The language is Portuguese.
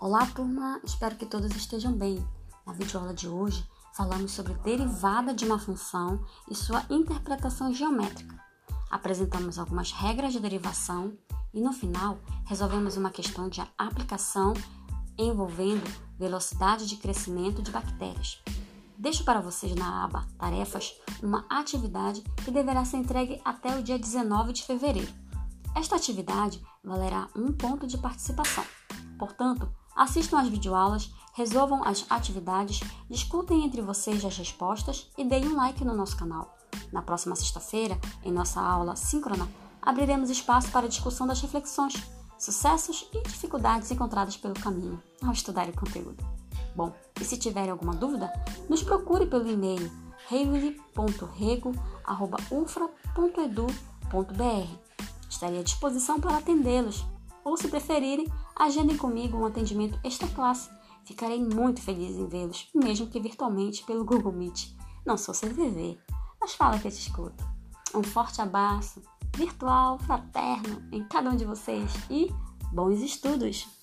Olá, turma! Espero que todos estejam bem. Na videoaula de hoje, falamos sobre derivada de uma função e sua interpretação geométrica. Apresentamos algumas regras de derivação e, no final, resolvemos uma questão de aplicação envolvendo velocidade de crescimento de bactérias. Deixo para vocês na aba Tarefas uma atividade que deverá ser entregue até o dia 19 de fevereiro. Esta atividade valerá 1 ponto de participação. Portanto, assistam às videoaulas, resolvam as atividades, discutem entre vocês as respostas e deem um like no nosso canal. Na próxima sexta-feira, em nossa aula síncrona, abriremos espaço para a discussão das reflexões, sucessos e dificuldades encontradas pelo caminho ao estudar o conteúdo. Bom, e se tiverem alguma dúvida, nos procure pelo e-mail reile.rego@ufra.edu.br. Estarei à disposição para atendê-los. Ou, se preferirem, agendem comigo um atendimento extra classe. Ficarei muito feliz em vê-los, mesmo que virtualmente pelo Google Meet. Não sou CVV, mas fala que eu te escuto. Um forte abraço, virtual, fraterno, em cada um de vocês e bons estudos!